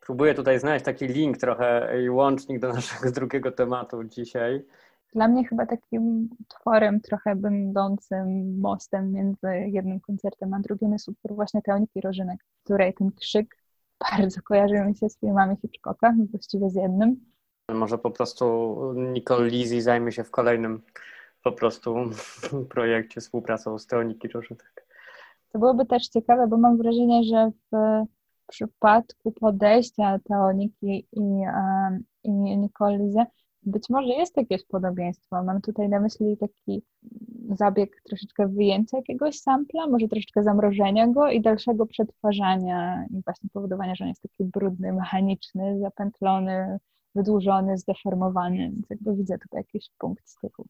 Próbuję tutaj znaleźć taki link trochę i łącznik do naszego drugiego tematu dzisiaj. Dla mnie chyba takim utworem trochę będącym mostem między jednym koncertem a drugim jest utwór właśnie Teoniki Rożynek, w której ten krzyk bardzo kojarzy mi się z filmami Hitchcocka, właściwie z jednym. Może po prostu Nicole Lizzy zajmie się w kolejnym po prostu projekcie współpracą z Teoniki Rożynek. To byłoby też ciekawe, bo mam wrażenie, że w przypadku podejścia Teoniki i, um, i Nicole Lizzy być może jest jakieś podobieństwo. Mam tutaj na myśli taki zabieg troszeczkę wyjęcia jakiegoś sampla, może troszeczkę zamrożenia go i dalszego przetwarzania i właśnie powodowania, że on jest taki brudny, mechaniczny, zapętlony, wydłużony, zdeformowany. Więc jakby widzę tutaj jakiś punkt styku.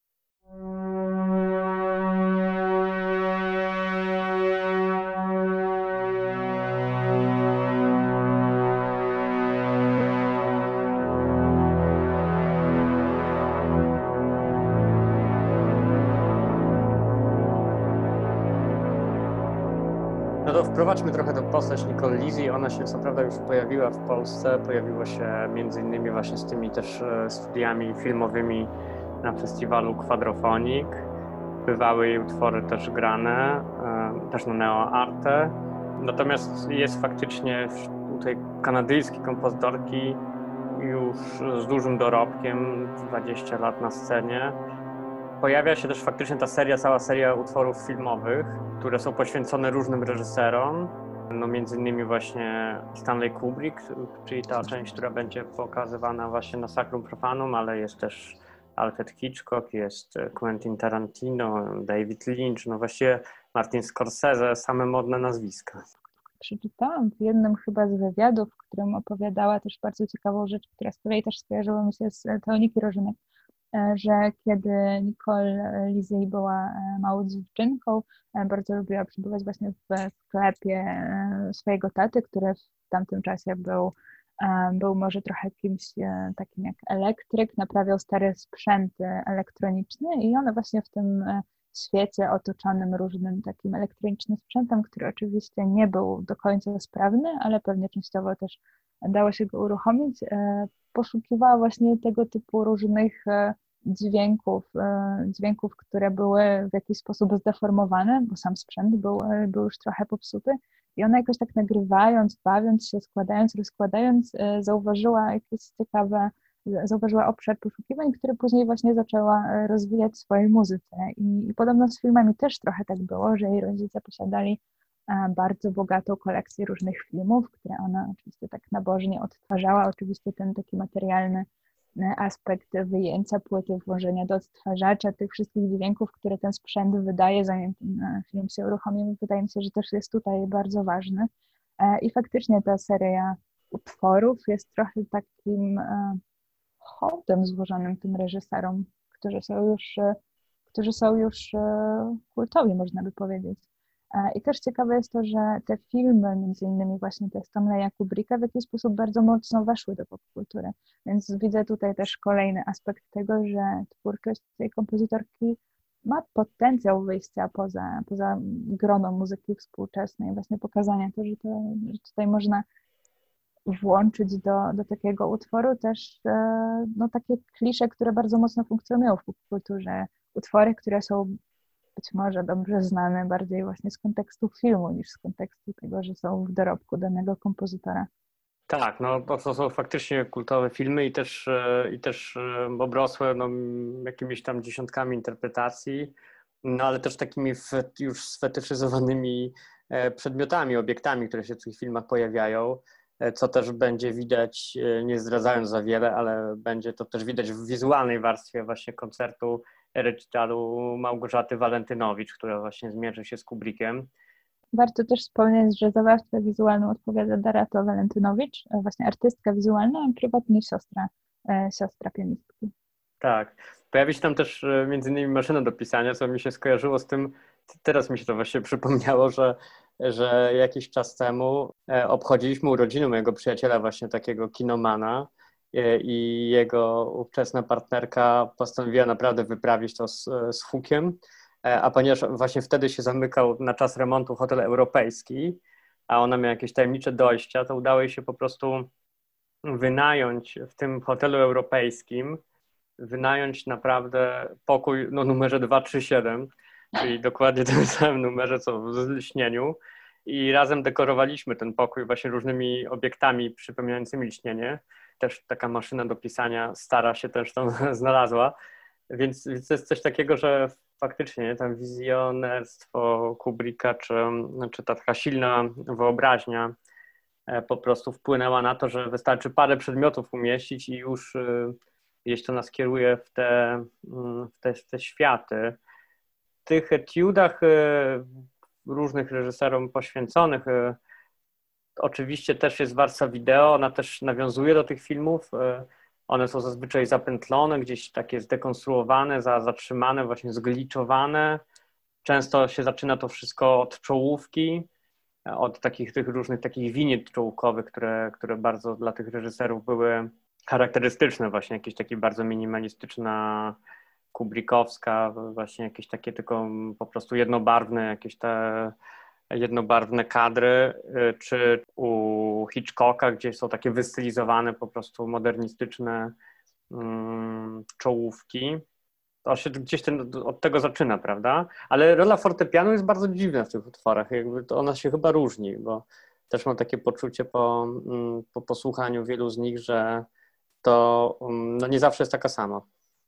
No to wprowadźmy trochę tę postać Nicole Lizzy. Ona się co prawda już pojawiła w Polsce, pojawiła się między innymi właśnie z tymi też studiami filmowymi na festiwalu Quadrophonic. Bywały jej utwory też grane, też na Neo Arte. Natomiast jest faktycznie u tej kanadyjskiej kompozytorki już z dużym dorobkiem, dwadzieścia lat na scenie. Pojawia się też faktycznie ta seria, cała seria utworów filmowych, które są poświęcone różnym reżyserom. No między innymi właśnie Stanley Kubrick, czyli ta część, która będzie pokazywana właśnie na Sacrum Profanum, ale jest też Alfred Hitchcock, jest Quentin Tarantino, David Lynch, no właściwie Martin Scorsese, same modne nazwiska. Przeczytałam w jednym chyba z wywiadów, w którym opowiadała też bardzo ciekawą rzecz, która z kolei też skojarzyła mi się z Teoniki Rożynek, że kiedy Nicole Lizzy była małą dziewczynką, bardzo lubiła przebywać właśnie w sklepie swojego taty, który w tamtym czasie był, był może trochę kimś takim jak elektryk, naprawiał stare sprzęty elektroniczne i ona właśnie w tym świecie otoczonym różnym takim elektronicznym sprzętem, który oczywiście nie był do końca sprawny, ale pewnie częściowo też dało się go uruchomić, poszukiwała właśnie tego typu różnych dźwięków, dźwięków, które były w jakiś sposób zdeformowane, bo sam sprzęt był, był już trochę popsuty i ona jakoś tak nagrywając, bawiąc się, składając, rozkładając, zauważyła jakieś ciekawe, zauważyła obszar poszukiwań, który później właśnie zaczęła rozwijać w swojej muzyce i, i podobno z filmami też trochę tak było, że jej rodzice posiadali bardzo bogatą kolekcję różnych filmów, które ona oczywiście tak nabożnie odtwarzała. Oczywiście ten taki materialny aspekt wyjęcia płyty, włożenia do odtwarzacza, tych wszystkich dźwięków, które ten sprzęt wydaje, zanim ten film się uruchomi, wydaje mi się, że też jest tutaj bardzo ważny. I faktycznie ta seria utworów jest trochę takim hołdem złożonym tym reżyserom, którzy są już, którzy są już kultowi, można by powiedzieć. I też ciekawe jest to, że te filmy, między innymi właśnie te Stanleya Kubricka, w jakiś sposób bardzo mocno weszły do popkultury. Więc widzę tutaj też kolejny aspekt tego, że twórczość tej kompozytorki ma potencjał wyjścia poza, poza grono muzyki współczesnej, właśnie pokazania to, że, to, że tutaj można włączyć do, do takiego utworu też no, takie klisze, które bardzo mocno funkcjonują w popkulturze. Utwory, które są być może dobrze znane bardziej właśnie z kontekstu filmu niż z kontekstu tego, że są w dorobku danego kompozytora. Tak, no to są faktycznie kultowe filmy i też, i też obrosłe no, jakimiś tam dziesiątkami interpretacji, no ale też takimi już sfetyszyzowanymi przedmiotami, obiektami, które się w tych filmach pojawiają, co też będzie widać, nie zdradzając za wiele, ale będzie to też widać w wizualnej warstwie właśnie koncertu recitalu Małgorzaty Walentynowicz, która właśnie zmierzy się z Kubrickiem. Warto też wspomnieć, że za warstwę wizualną odpowiada Darato Walentynowicz, właśnie artystka wizualna, a prywatnie siostra, siostra pianistki. Tak. Pojawi się tam też między innymi maszyna do pisania, co mi się skojarzyło z tym, teraz mi się to właśnie przypomniało, że, że jakiś czas temu obchodziliśmy urodziny mojego przyjaciela, właśnie takiego kinomana, i jego ówczesna partnerka postanowiła naprawdę wyprawić to z, z hukiem, a ponieważ właśnie wtedy się zamykał na czas remontu hotel europejski, a ona miała jakieś tajemnicze dojścia, to udało jej się po prostu wynająć w tym hotelu europejskim, wynająć naprawdę pokój no, numerze dwieście trzydzieści siedem, czyli dokładnie tym samym numerze, co w Lśnieniu. I razem dekorowaliśmy ten pokój właśnie różnymi obiektami przypominającymi lśnienie. Też taka maszyna do pisania stara się też tam znalazła. Więc, więc to jest coś takiego, że faktycznie tam wizjonerstwo Kubricka, czy, czy ta taka silna wyobraźnia po prostu wpłynęła na to, że wystarczy parę przedmiotów umieścić i już gdzieś to nas kieruje w te, w te, w te światy. W tych etiudach różnych reżyserom poświęconych oczywiście też jest warstwa wideo, ona też nawiązuje do tych filmów. One są zazwyczaj zapętlone, gdzieś takie zdekonstruowane, zatrzymane, właśnie zgliczowane. Często się zaczyna to wszystko od czołówki, od takich tych różnych takich winiet czołówkowych, które, które bardzo dla tych reżyserów były charakterystyczne, właśnie jakieś takie bardzo minimalistyczna, kubrickowska, właśnie jakieś takie tylko po prostu jednobarwne, jakieś te jednobarwne kadry, czy u Hitchcocka, gdzie są takie wystylizowane po prostu modernistyczne um, czołówki. To się gdzieś ten, od tego zaczyna, prawda? Ale rola fortepianu jest bardzo dziwna w tych utworach. Jakby to ona się chyba różni, bo też mam takie poczucie po, po posłuchaniu wielu z nich, że to no nie zawsze jest taka sama.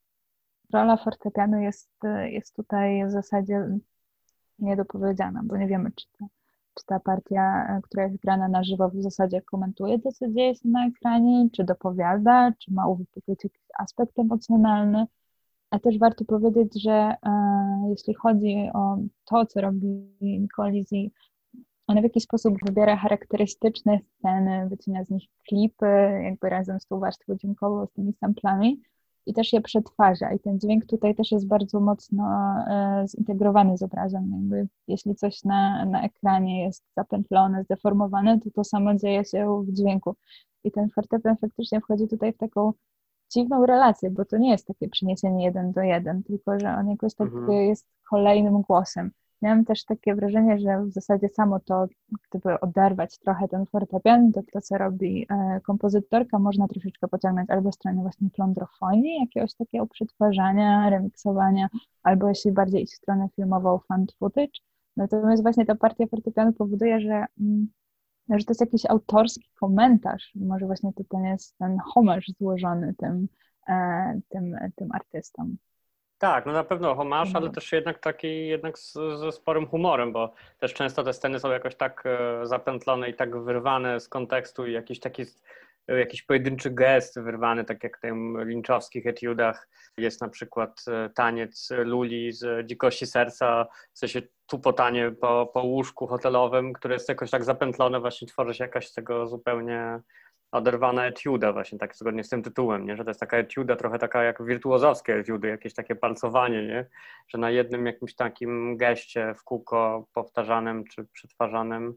Rola fortepianu jest, jest tutaj w zasadzie niedopowiedziana, bo nie wiemy, czy ta, czy ta partia, która jest grana na żywo, w zasadzie komentuje to, co dzieje się na ekranie, czy dopowiada, czy ma uwypuklać jakiś aspekt emocjonalny. A też warto powiedzieć, że e, jeśli chodzi o to, co robi Nicole Lizzy, ona w jakiś sposób wybiera charakterystyczne sceny, wycina z nich klipy, jakby razem z tą warstwą dźwiękową, z tymi samplami i też je przetwarza. I ten dźwięk tutaj też jest bardzo mocno e, zintegrowany z obrazem. Jakby jeśli coś na, na ekranie jest zapętlone, zdeformowane, to to samo dzieje się w dźwięku. I ten fortepian faktycznie wchodzi tutaj w taką dziwną relację, bo to nie jest takie przeniesienie jeden do jeden, tylko że on jakoś tak Mhm. jest kolejnym głosem. Miałam też takie wrażenie, że w zasadzie samo to, gdyby oderwać trochę ten fortepian, to to, co robi e, kompozytorka, można troszeczkę pociągnąć albo w stronę właśnie plądrofonii, jakiegoś takiego przetwarzania, remiksowania, albo jeśli bardziej iść w stronę filmową, found footage. Natomiast właśnie ta partia fortepianu powoduje, że mm, że to jest jakiś autorski komentarz, może właśnie to ten jest ten homarz złożony tym, e, tym, tym artystom. Tak, no na pewno homarz, ale też jednak taki jednak z, ze sporym humorem, bo też często te sceny są jakoś tak e, zapętlone i tak wyrwane z kontekstu i jakiś taki e, jakiś pojedynczy gest wyrwany, tak jak w tym linczowskich etiudach jest na przykład e, taniec Luli z Dzikości Serca, w sensie tupotanie po, po łóżku hotelowym, które jest jakoś tak zapętlone, właśnie tworzy się jakaś z tego zupełnie oderwana etiuda właśnie tak zgodnie z tym tytułem, nie? Że to jest taka etiuda trochę taka jak wirtuozowskie etiudy, jakieś takie palcowanie, nie? Że na jednym jakimś takim geście w kółko powtarzanym czy przetwarzanym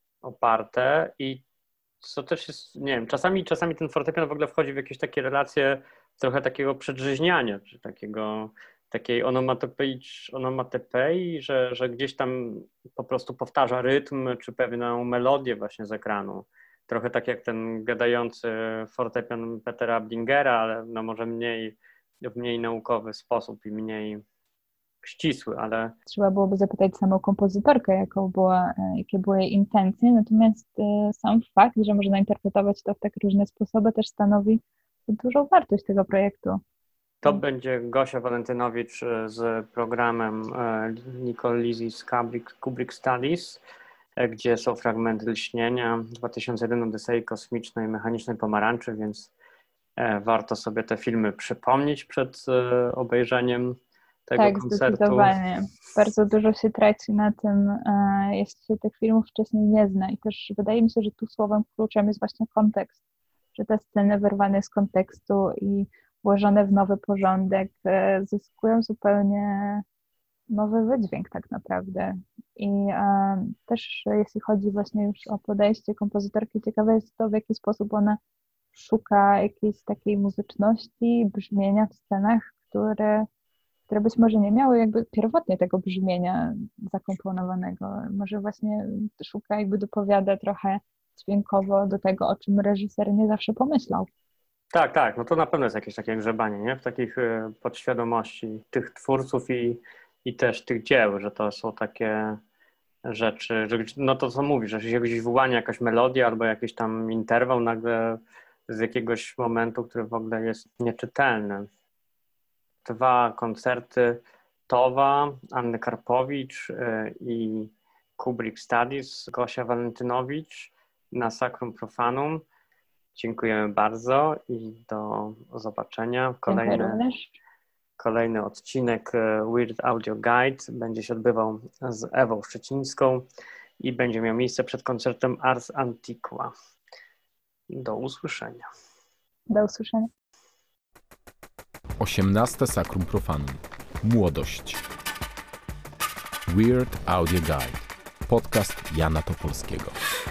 oparte i co też jest, nie wiem, czasami, czasami ten fortepian w ogóle wchodzi w jakieś takie relacje trochę takiego przedrzeźniania, czy takiego takiej onomatopei, onomatopei że, że gdzieś tam po prostu powtarza rytm czy pewną melodię właśnie z ekranu. Trochę tak jak ten gadający fortepian Petera Blingera, ale no może mniej, w mniej naukowy sposób i mniej ścisły, ale... Trzeba byłoby zapytać samą kompozytorkę, jaką była, jakie były jej intencje, natomiast sam fakt, że można interpretować to w tak różne sposoby, też stanowi dużą wartość tego projektu. To będzie Gosia Walentynowicz z programem Nicole Lizzy z Kubrick, Kubrick Studies, gdzie są fragmenty lśnienia, dwa tysiące jeden Odysei Kosmicznej, Mechanicznej Pomarańczy, więc warto sobie te filmy przypomnieć przed obejrzeniem tego tak, koncertu. Tak, zdecydowanie. Bardzo dużo się traci na tym, jeśli się tych filmów wcześniej nie zna i też wydaje mi się, że tu słowem kluczem jest właśnie kontekst, że te sceny wyrwane z kontekstu i włożone w nowy porządek zyskują zupełnie nowy wydźwięk tak naprawdę. I e, też jeśli chodzi właśnie już o podejście kompozytorki, ciekawe jest to, w jaki sposób ona szuka jakiejś takiej muzyczności, brzmienia w scenach, które, które być może nie miały jakby pierwotnie tego brzmienia zakomponowanego. Może właśnie szuka, jakby dopowiada trochę dźwiękowo do tego, o czym reżyser nie zawsze pomyślał. Tak, tak, no to na pewno jest jakieś takie grzebanie, nie? W takich y, podświadomości tych twórców i, i też tych dzieł, że to są takie rzeczy, że no to co mówisz, że się gdzieś wyłania jakaś melodia albo jakiś tam interwał nagle z jakiegoś momentu, który w ogóle jest nieczytelny. Dwa koncerty Towa, Anny Karpowicz y, i Kubrick Studies, Gosia Walentynowicz na Sacrum Profanum. Dziękujemy bardzo i do zobaczenia. Kolejny, kolejny odcinek Weird Audio Guide będzie się odbywał z Ewą Szczecińską i będzie miał miejsce przed koncertem Ars Antiqua. Do usłyszenia. Do usłyszenia. osiemnaste Sacrum Profanum. Młodość. Weird Audio Guide. Podcast Jana Topolskiego.